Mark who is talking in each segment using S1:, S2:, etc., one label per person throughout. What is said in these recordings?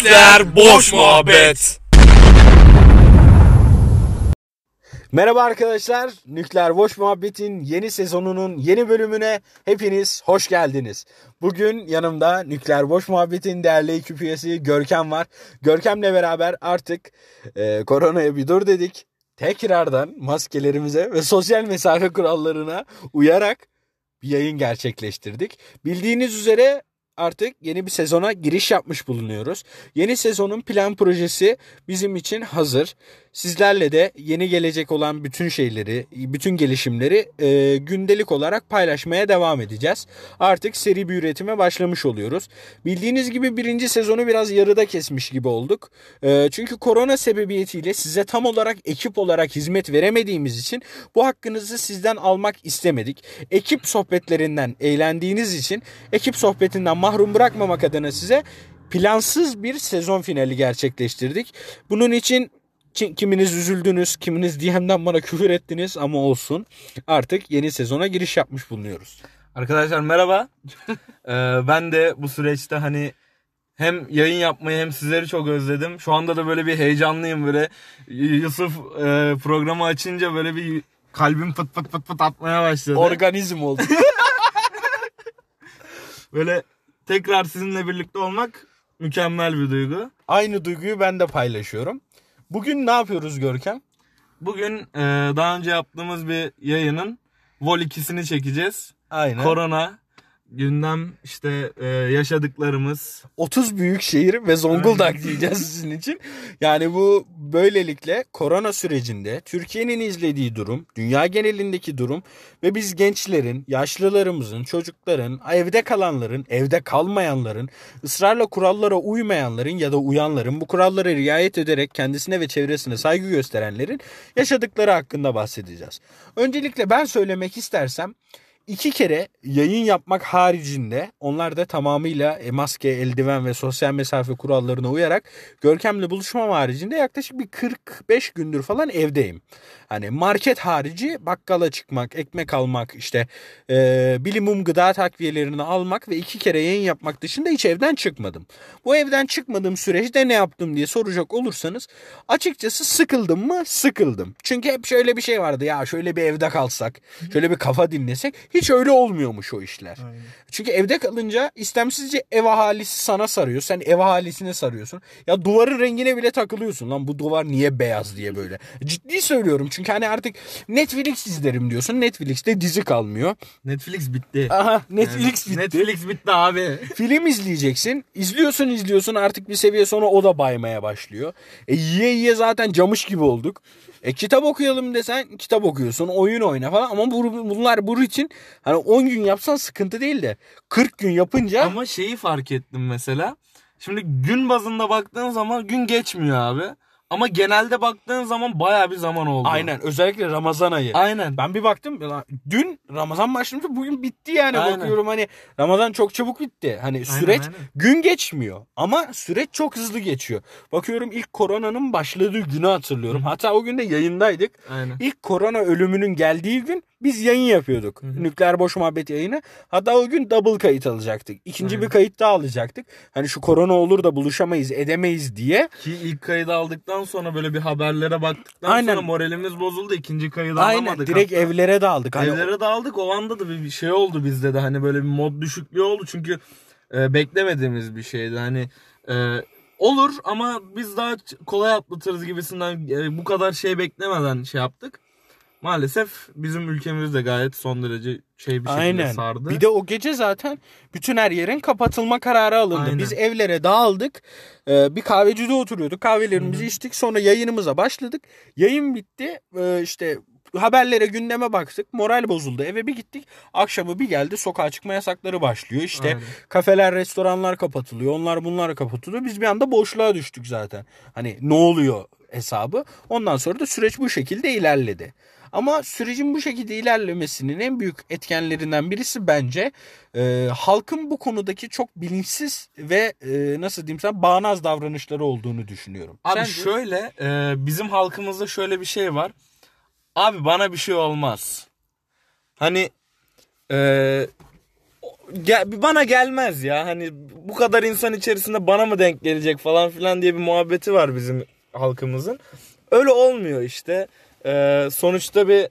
S1: Nükleer Boş Muhabbet.
S2: Merhaba arkadaşlar, Nükleer Boş Muhabbet'in yeni sezonunun yeni bölümüne hepiniz hoş geldiniz. Bugün yanımda Nükleer Boş Muhabbet'in değerli ekip üyesi Görkem var. Görkem'le beraber artık koronaya bir dur dedik. Tekrardan maskelerimize ve sosyal mesafe kurallarına uyarak bir yayın gerçekleştirdik. Bildiğiniz üzere artık yeni bir sezona giriş yapmış bulunuyoruz. Yeni sezonun plan projesi bizim için hazır. Sizlerle de yeni gelecek olan bütün şeyleri, bütün gelişimleri gündelik olarak paylaşmaya devam edeceğiz. Artık seri bir üretime başlamış oluyoruz. Bildiğiniz gibi birinci sezonu biraz yarıda kesmiş gibi olduk. Çünkü korona sebebiyetiyle size tam olarak ekip olarak hizmet veremediğimiz için bu hakkınızı sizden almak istemedik. Ekip sohbetlerinden eğlendiğiniz için ekip sohbetinden mahrum bırakmamak adına size plansız bir sezon finali gerçekleştirdik. Bunun için kiminiz üzüldünüz, kiminiz DM'den bana küfür ettiniz ama olsun. Artık yeni sezona giriş yapmış bulunuyoruz.
S1: Arkadaşlar merhaba. Ben de bu süreçte hem yayın yapmayı hem sizleri çok özledim. Şu anda da böyle bir heyecanlıyım böyle. Yusuf programı açınca böyle bir kalbim pıt pıt pıt pıt atmaya başladı.
S2: Organizm oldu.
S1: Böyle tekrar sizinle birlikte olmak mükemmel bir duygu.
S2: Aynı duyguyu ben de paylaşıyorum. Bugün ne yapıyoruz Görkem?
S1: Bugün daha önce yaptığımız bir yayının Vol 2'sini çekeceğiz.
S2: Aynen.
S1: Korona, gündem, yaşadıklarımız.
S2: 30 büyük şehir ve Zonguldak diyeceğiz sizin için. Yani bu böylelikle korona sürecinde Türkiye'nin izlediği durum, dünya genelindeki durum ve biz gençlerin, yaşlılarımızın, çocukların, evde kalanların, evde kalmayanların, ısrarla kurallara uymayanların ya da uyanların, bu kurallara riayet ederek kendisine ve çevresine saygı gösterenlerin yaşadıkları hakkında bahsedeceğiz. Öncelikle ben söylemek istersem 2 kere yayın yapmak haricinde onlar da tamamıyla maske, eldiven ve sosyal mesafe kurallarına uyarak Görkem'le buluşmam haricinde yaklaşık bir 45 gündür falan evdeyim. Hani market harici bakkala çıkmak, ekmek almak, bilimum gıda takviyelerini almak ve 2 kere yayın yapmak dışında hiç evden çıkmadım. Bu evden çıkmadığım süreçte ne yaptım diye soracak olursanız açıkçası sıkıldım mı? Sıkıldım. Çünkü hep şöyle bir şey vardı ya, şöyle bir evde kalsak, şöyle bir kafa dinlesek. Hiç öyle olmuyormuş o işler. Aynen. Çünkü evde kalınca istemsizce ev ahalisi sana sarıyor. Sen ev ahalisine sarıyorsun. Ya duvarın rengine bile takılıyorsun. Lan bu duvar niye beyaz diye böyle. Ciddi söylüyorum. Çünkü artık Netflix izlerim diyorsun. Netflix'te dizi kalmıyor.
S1: Netflix bitti.
S2: Aha, Netflix bitti.
S1: Netflix bitti abi.
S2: Film izleyeceksin. İzliyorsun artık bir seviye sonra o da baymaya başlıyor. Yiye zaten camış gibi olduk. Kitap okuyalım desen kitap okuyorsun, oyun oyna falan ama bunlar bu için 10 gün yapsan sıkıntı değil de 40 gün yapınca...
S1: Ama şeyi fark ettim mesela. Şimdi gün bazında baktığın zaman gün geçmiyor abi. Ama genelde baktığın zaman bayağı bir zaman oldu.
S2: Aynen, özellikle Ramazan ayı.
S1: Aynen.
S2: Ben bir baktım dün Ramazan başlamış, bugün bitti yani.
S1: Aynen.
S2: Bakıyorum Ramazan çok çabuk bitti. Süreç gün geçmiyor ama süreç çok hızlı geçiyor. Bakıyorum ilk koronanın başladığı günü hatırlıyorum. Hı-hı. Hatta o gün de yayındaydık.
S1: Aynen.
S2: İlk korona ölümünün geldiği gün biz yayın yapıyorduk. Hı-hı. Nükleer Boş Muhabbet yayını. Hatta o gün double kayıt alacaktık. İkinci bir kayıt daha alacaktık. Şu korona olur da buluşamayız, edemeyiz diye.
S1: Ki ilk kaydı aldıktan sonra böyle bir haberlere baktıktan sonra moralimiz bozuldu. İkinci kaydı alamadık.
S2: Aynen, direkt hatta evlere dağıldık.
S1: Evlere dağıldık. O anda da bir şey oldu bizde de. Böyle bir mod düşüklüğü oldu. Çünkü beklemediğimiz bir şeydi. Olur ama biz daha kolay atlatırız gibisinden bu kadar şey beklemeden şey yaptık. Maalesef bizim ülkemiz de gayet son derece bir şekilde sardı.
S2: Bir de o gece zaten bütün her yerin kapatılma kararı alındı. Aynen. Biz evlere dağıldık. Bir kahvecide oturuyorduk. Kahvelerimizi içtik. Sonra yayınımıza başladık. Yayın bitti. Haberlere, gündeme baktık. Moral bozuldu. Eve bir gittik. Akşamı bir geldi. Sokağa çıkma yasakları başlıyor. Kafeler, restoranlar kapatılıyor. Onlar bunlar kapatılıyor. Biz bir anda boşluğa düştük zaten. Ne oluyor hesabı. Ondan sonra da süreç bu şekilde ilerledi. Ama sürecin bu şekilde ilerlemesinin en büyük etkenlerinden birisi bence halkın bu konudaki çok bilinçsiz ve bağnaz davranışları olduğunu düşünüyorum.
S1: Abi
S2: sence?
S1: Şöyle bizim halkımızda şöyle bir şey var. Abi bana bir şey olmaz. Bana gelmez ya. Hani bu kadar insan içerisinde bana mı denk gelecek falan filan diye bir muhabbeti var bizim halkımızın. Öyle olmuyor işte. Sonuçta bir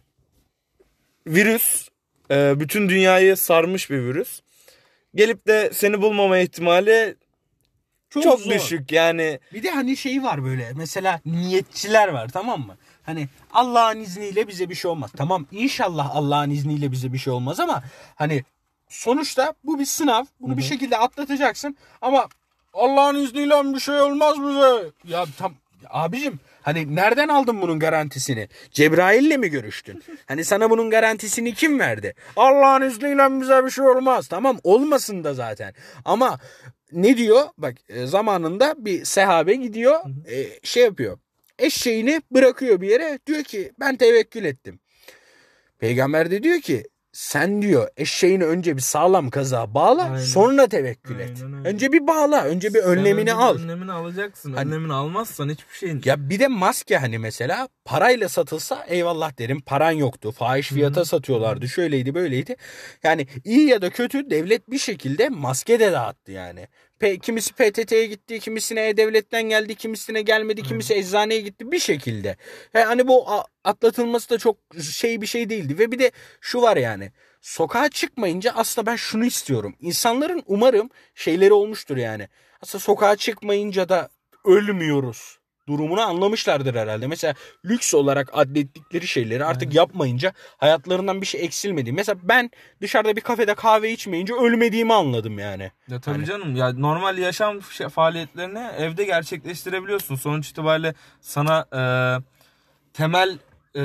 S1: virüs, bütün dünyayı sarmış bir virüs. Gelip de seni bulmama ihtimali çok
S2: zor.
S1: düşük yani.
S2: Bir de hani şey var böyle, mesela niyetçiler var, tamam mı? Hani Allah'ın izniyle bize bir şey olmaz. Tamam, inşallah Allah'ın izniyle bize bir şey olmaz ama hani sonuçta bu bir sınav. Bunu bir şekilde atlatacaksın ama Allah'ın izniyle bir şey olmaz bize. Ya abicim, hani nereden aldın bunun garantisini? Cebrail'le mi görüştün? Hani sana bunun garantisini kim verdi? Allah'ın izniyle bize bir şey olmaz. Tamam, olmasın da zaten. Ama ne diyor? Bak, zamanında bir sahabe gidiyor, şey yapıyor. Eşeğini bırakıyor bir yere. Diyor ki ben tevekkül ettim. Peygamber de diyor ki sen diyor eşeğini önce bir sağlam kazığa bağla,
S1: Aynen.
S2: sonra tevekkül et.
S1: Aynen öyle.
S2: Önce bir bağla. Önce bir önlemini al.
S1: Önlemini alacaksın.
S2: Hani-
S1: Önlemini almazsan hiçbir şeyin.
S2: Ya bir de maske, hani mesela parayla satılsa eyvallah derim, paran yoktu. Fahiş fiyata satıyorlardı. Şöyleydi böyleydi. Yani iyi ya da kötü devlet bir şekilde maske de dağıttı yani. Kimisi PTT'ye gitti, kimisine E-Devlet'ten geldi, kimisine gelmedi, kimisi eczaneye gitti bir şekilde. Hani bu atlatılması da çok bir şey değildi. Ve bir de şu var yani. Sokağa çıkmayınca aslında ben şunu istiyorum. İnsanların umarım şeyleri olmuştur yani. Aslında sokağa çıkmayınca da ölmüyoruz durumunu anlamışlardır herhalde. Mesela lüks olarak adettikleri şeyleri artık yapmayınca hayatlarından bir şey eksilmedi. Mesela ben dışarıda bir kafede kahve içmeyince ölmediğimi anladım yani.
S1: Ya tabii
S2: Hani-
S1: canım, ya normal yaşam faaliyetlerini evde gerçekleştirebiliyorsun. Sonuç itibariyle sana temel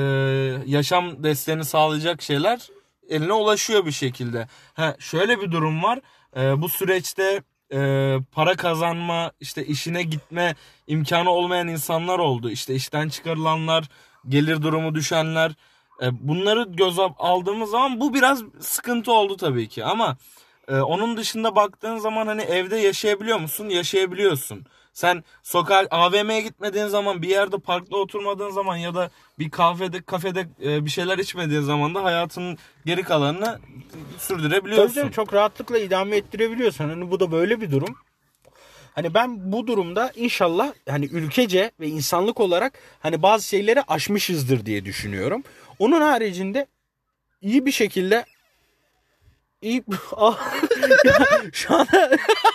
S1: yaşam desteğini sağlayacak şeyler eline ulaşıyor bir şekilde. Şöyle bir durum var. Bu süreçte para kazanma, işte işine gitme imkanı olmayan insanlar oldu. İşte işten çıkarılanlar, gelir durumu düşenler. Bunları göz aldığımız zaman bu biraz sıkıntı oldu tabii ki. Ama onun dışında baktığın zaman hani evde yaşayabiliyor musun? Yaşayabiliyorsun. Sen sokağa, AVM'ye gitmediğin zaman, bir yerde parkta oturmadığın zaman ya da bir kafede bir şeyler içmediğin zaman da hayatının geri kalanını sürdürebiliyorsun.
S2: Tabii çok rahatlıkla idame ettirebiliyorsun. Hani bu da böyle bir durum. Hani ben bu durumda inşallah hani ülkece ve insanlık olarak hani bazı şeyleri aşmışızdır diye düşünüyorum. Onun haricinde iyi bir şekilde ya, şu anda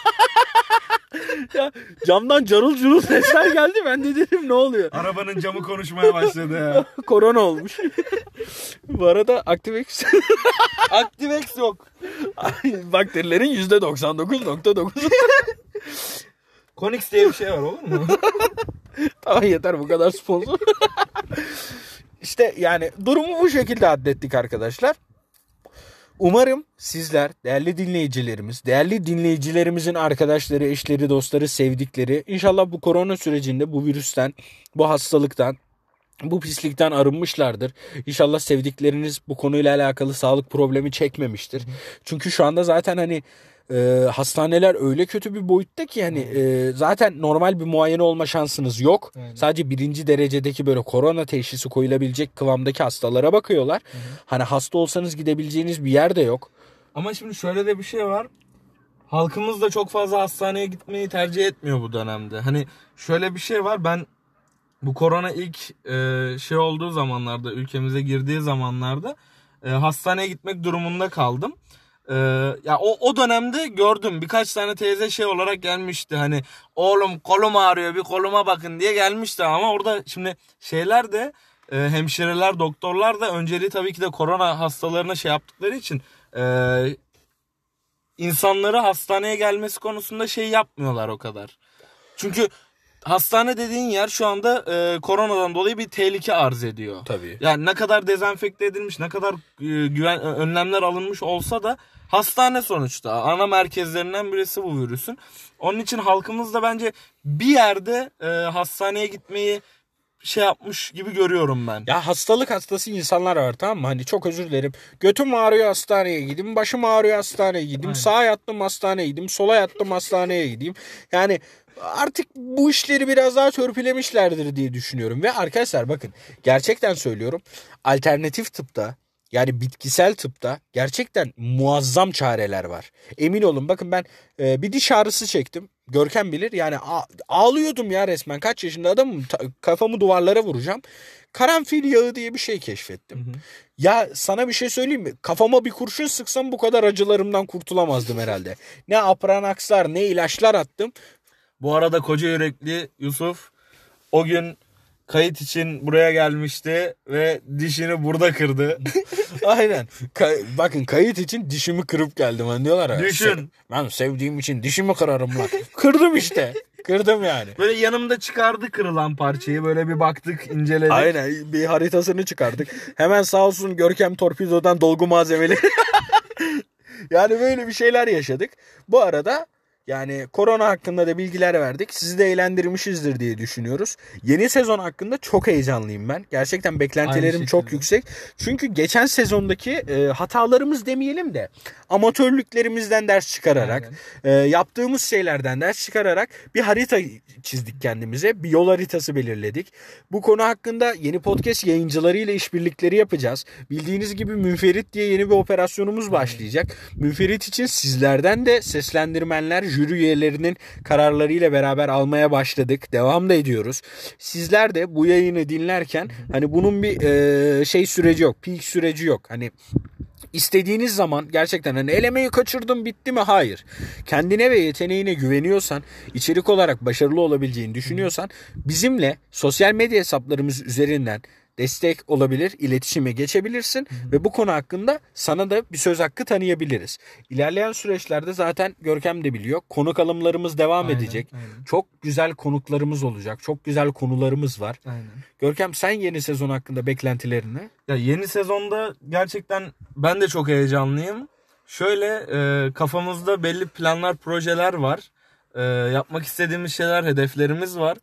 S2: ya, camdan carıl curul sesler geldi. Ben de dedim ne oluyor?
S1: Arabanın camı konuşmaya başladı ya.
S2: Korona olmuş. Bu arada Activex
S1: Activex yok.
S2: bakterilerin %99.9.
S1: Konix diye bir şey var, olur mu?
S2: Tamam, yeter bu kadar sponsor. İşte yani durumu bu şekilde adettik arkadaşlar. Umarım sizler, değerli dinleyicilerimiz, değerli dinleyicilerimizin arkadaşları, eşleri, dostları, sevdikleri inşallah bu korona sürecinde bu virüsten, bu hastalıktan, bu pislikten arınmışlardır. İnşallah sevdikleriniz bu konuyla alakalı sağlık problemi çekmemiştir. Çünkü şu anda zaten hani hastaneler öyle kötü bir boyutta ki hani zaten normal bir muayene olma şansınız yok. Sadece 1. derecedeki böyle korona teşhisi koyulabilecek kıvamdaki hastalara bakıyorlar. Hani hasta olsanız gidebileceğiniz bir yer de yok.
S1: Ama şimdi şöyle de bir şey var. Halkımız da çok fazla hastaneye gitmeyi tercih etmiyor bu dönemde. Hani şöyle bir şey var. Ben bu korona ilk şey olduğu zamanlarda, ülkemize girdiği zamanlarda hastaneye gitmek durumunda kaldım. Ya o dönemde gördüm, birkaç tane teyze şey olarak gelmişti, hani oğlum kolum ağrıyor bir koluma bakın diye gelmişti, ama orada şimdi şeyler de hemşireler, doktorlar da önceliği tabii ki de korona hastalarına şey yaptıkları için insanları hastaneye gelmesi konusunda şey yapmıyorlar o kadar. Çünkü hastane dediğin yer şu anda koronadan dolayı bir tehlike arz ediyor.
S2: Tabii.
S1: Yani ne kadar dezenfekte edilmiş, ne kadar önlemler alınmış olsa da hastane sonuçta. Ana merkezlerinden birisi bu virüsün. Onun için halkımız da bence bir yerde hastaneye gitmeyi şey yapmış gibi görüyorum ben.
S2: Ya hastalık hastası insanlar var, tamam mı? Hani çok özür dilerim. Götüm ağrıyor hastaneye gideyim. Başım ağrıyor hastaneye gideyim.
S1: Aynen.
S2: Sağa yattım hastaneye gideyim. Sola yattım hastaneye gideyim. Yani artık bu işleri biraz daha törpülemişlerdir diye düşünüyorum. Ve arkadaşlar bakın, gerçekten söylüyorum. Alternatif tıpta Yani bitkisel tıpta gerçekten muazzam çareler var. Emin olun, bakın ben bir diş ağrısı çektim. Görkem bilir yani, ağlıyordum ya resmen. Kaç yaşında adamım, kafamı duvarlara vuracağım. Karanfil yağı diye bir şey keşfettim.
S1: Hı hı.
S2: Ya sana bir şey söyleyeyim mi? Kafama bir kurşun sıksam bu kadar acılarımdan kurtulamazdım herhalde. Ne apranakslar ne ilaçlar attım.
S1: Bu arada koca yürekli Yusuf o gün kayıt için buraya gelmişti ve dişini burada kırdı.
S2: Aynen. Bakın, kayıt için dişimi kırıp geldim. Hani diyorlar ya.
S1: Düşün.
S2: Ben sevdiğim için dişimi kırarım lan. Kırdım işte. Kırdım yani.
S1: Böyle yanımda çıkardı kırılan parçayı. Böyle bir baktık, inceledik.
S2: Aynen, bir haritasını çıkardık. Hemen sağ olsun Görkem torpidodan dolgu malzemeleri. Yani böyle bir şeyler yaşadık. Bu arada yani korona hakkında da bilgiler verdik. Sizi de eğlendirmişizdir diye düşünüyoruz. Yeni sezon hakkında çok heyecanlıyım ben. Gerçekten beklentilerim çok yüksek. Çünkü geçen sezondaki hatalarımız demeyelim de amatörlüklerimizden ders çıkararak, yaptığımız şeylerden ders çıkararak bir harita çizdik kendimize. Bir yol haritası belirledik. Bu konu hakkında yeni podcast yayıncılarıyla işbirlikleri yapacağız. Bildiğiniz gibi Münferit diye yeni bir operasyonumuz başlayacak. Münferit için sizlerden de seslendirmenler, jüri üyelerinin kararlarıyla beraber almaya başladık. Devam da ediyoruz. Sizler de bu yayını dinlerken hani bunun bir şey süreci yok. Peak süreci yok. Hani İstediğiniz zaman gerçekten hani elemeyi kaçırdım bitti mi? Hayır. Kendine ve yeteneğine güveniyorsan, içerik olarak başarılı olabileceğini düşünüyorsan bizimle sosyal medya hesaplarımız üzerinden destek olabilir, iletişime geçebilirsin ve bu konu hakkında sana da bir söz hakkı tanıyabiliriz. İlerleyen süreçlerde zaten Görkem de biliyor. Konuk alımlarımız devam edecek.
S1: Aynen.
S2: Çok güzel konuklarımız olacak. Çok güzel konularımız var.
S1: Aynen.
S2: Görkem, sen yeni sezon hakkında beklentilerini?
S1: Ya yeni sezonda gerçekten ben de çok heyecanlıyım. Şöyle kafamızda belli planlar, projeler var. Yapmak istediğimiz şeyler, hedeflerimiz var.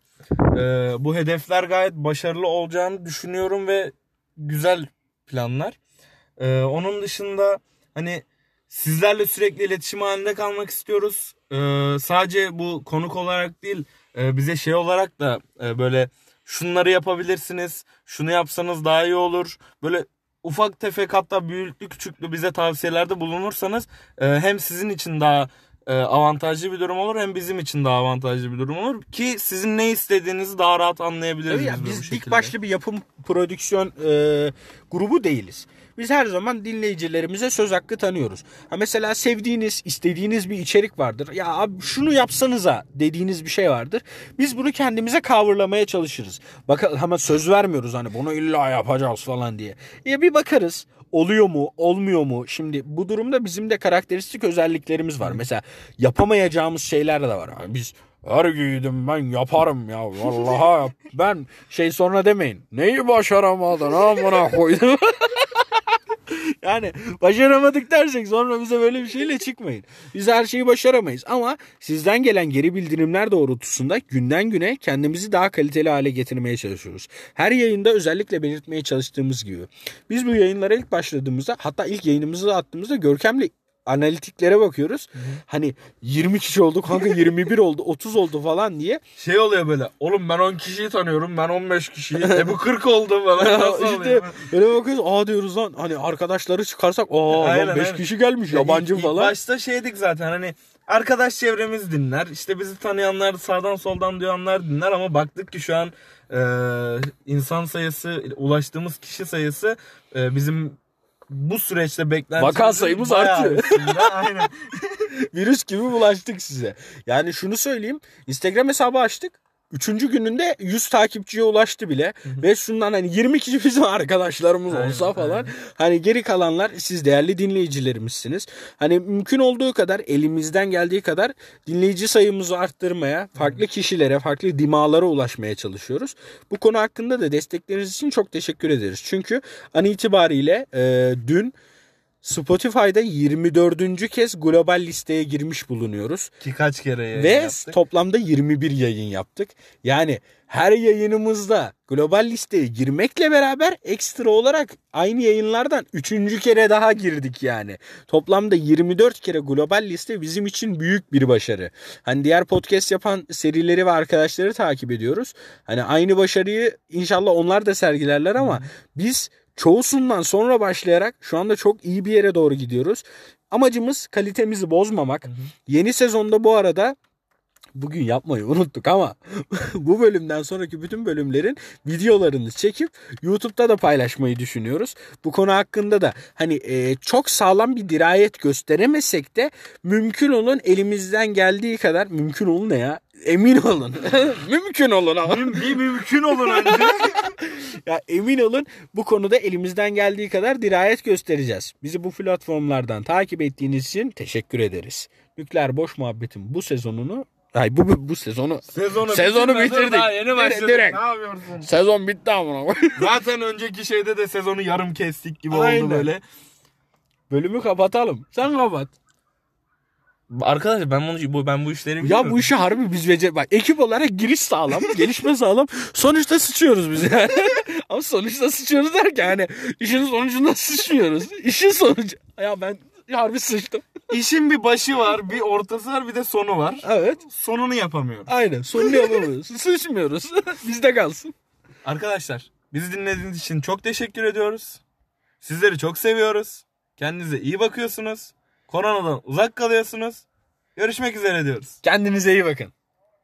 S1: Bu hedefler gayet başarılı olacağını düşünüyorum ve güzel planlar. Onun dışında hani sizlerle sürekli iletişim halinde kalmak istiyoruz. Sadece bu konuk olarak değil, bize şey olarak da böyle şunları yapabilirsiniz, şunu yapsanız daha iyi olur. Böyle ufak tefek, hatta büyüklü küçüklü bize tavsiyelerde bulunursanız hem sizin için daha avantajlı bir durum olur, hem bizim için daha avantajlı bir durum olur ki sizin ne istediğinizi daha rahat anlayabiliriz.
S2: Ya, biz dik başlı bir yapım prodüksiyon grubu değiliz. Biz her zaman dinleyicilerimize söz hakkı tanıyoruz. Ha, mesela sevdiğiniz, istediğiniz bir içerik vardır. Ya abi şunu yapsanıza dediğiniz bir şey vardır. Biz bunu kendimize coverlamaya çalışırız. Bakın, ama söz vermiyoruz hani bunu illa yapacağız falan diye. Ya bir bakarız. Oluyor mu, olmuyor mu? Şimdi bu durumda bizim de karakteristik özelliklerimiz var. Mesela yapamayacağımız şeyler de var. Yani biz her yiğidim ben yaparım ya. Vallahi ben sonra demeyin. Neyi başaramadın amına koydum. Yani başaramadık dersek sonra bize böyle bir şeyle çıkmayın. Biz her şeyi başaramayız ama sizden gelen geri bildirimler doğrultusunda günden güne kendimizi daha kaliteli hale getirmeye çalışıyoruz. Her yayında özellikle belirtmeye çalıştığımız gibi. Biz bu yayınlara ilk başladığımızda, hatta ilk yayınımızı attığımızda Görkem'le analitiklere bakıyoruz. Hani 20 kişi oldu kanka, 21 oldu, 30 oldu falan diye.
S1: Şey oluyor böyle. Oğlum ben 10 kişiyi tanıyorum. Ben 15 kişiyi. Bu 40 oldu falan. Nasıl
S2: İşte
S1: oluyor?
S2: öyle bakıyoruz. Diyoruz lan hani arkadaşları çıkarsak lan 5 kişi gelmiş yabancı falan.
S1: Başta şeydik zaten hani arkadaş çevremiz dinler. İşte bizi tanıyanlar, sağdan soldan duyanlar dinler ama baktık ki şu an insan sayısı, ulaştığımız kişi sayısı bizim bu süreçte beklentimizin
S2: vaka sayımız artıyor.
S1: Aynen.
S2: Virüs gibi bulaştık size. Yani şunu söyleyeyim. Instagram hesabı açtık. 3. gününde 100 takipçiye ulaştı bile. Ve şundan hani 20 kişi bizim arkadaşlarımız olsa falan. Hani geri kalanlar siz değerli dinleyicilerimizsiniz. Hani mümkün olduğu kadar, elimizden geldiği kadar dinleyici sayımızı arttırmaya, farklı kişilere, farklı dimağlara ulaşmaya çalışıyoruz. Bu konu hakkında da destekleriniz için çok teşekkür ederiz. Çünkü an itibariyle dün Spotify'da 24. kez global listeye girmiş bulunuyoruz.
S1: Ki kaç kere yayın
S2: ve
S1: yaptık.
S2: toplamda 21 yayın yaptık. Yani her yayınımızda global listeye girmekle beraber ekstra olarak aynı yayınlardan 3. kere daha girdik yani. Toplamda 24 kere global liste bizim için büyük bir başarı. Hani diğer podcast yapan serileri ve arkadaşları takip ediyoruz. Hani aynı başarıyı inşallah onlar da sergilerler ama biz çoğusundan sonra başlayarak şu anda çok iyi bir yere doğru gidiyoruz. Amacımız kalitemizi bozmamak. Yeni sezonda bu arada bugün yapmayı unuttuk ama bu bölümden sonraki bütün bölümlerin videolarını çekip YouTube'da da paylaşmayı düşünüyoruz. Bu konu hakkında da hani çok sağlam bir dirayet gösteremesek de mümkün olun elimizden geldiği kadar, mümkün olun ne ya? Emin olun. Mümkün olun ama.
S1: Bir mümkün olun önce.
S2: Ya emin olun bu konuda elimizden geldiği kadar dirayet göstereceğiz. Bizi bu platformlardan takip ettiğiniz için teşekkür ederiz. Nükleer Boş Muhabbet'in bu sezonunu bu sezonu bitirdik.
S1: Daha yeni başladık.
S2: Direkt.
S1: Ne yapıyorsun?
S2: Sezon bitti ama.
S1: Zaten önceki şeyde de sezonu yarım kestik gibi
S2: Aynen.
S1: oldu böyle.
S2: Bölümü kapatalım. Sen kapat.
S1: Arkadaşlar ben bu işleri biliyorum.
S2: Ya bu işi harbi biz bak ekip olarak giriş sağlam, gelişme sağlam. Sonuçta sıçıyoruz biz yani. Ama sonuçta sıçıyoruz derken hani işin sonucunda sıçmıyoruz. İşin sonucu. Ya ben harbi sıçtım.
S1: İşin bir başı var, bir ortası var, bir de sonu var.
S2: Evet.
S1: Sonunu yapamıyoruz.
S2: Aynen. Sonunu yapamıyoruz. Sıçmıyoruz. Bizde kalsın.
S1: Arkadaşlar, bizi dinlediğiniz için çok teşekkür ediyoruz. Sizleri çok seviyoruz. Kendinize iyi bakıyorsunuz. Koronadan uzak kalıyorsunuz. Görüşmek üzere diyoruz.
S2: Kendinize iyi bakın.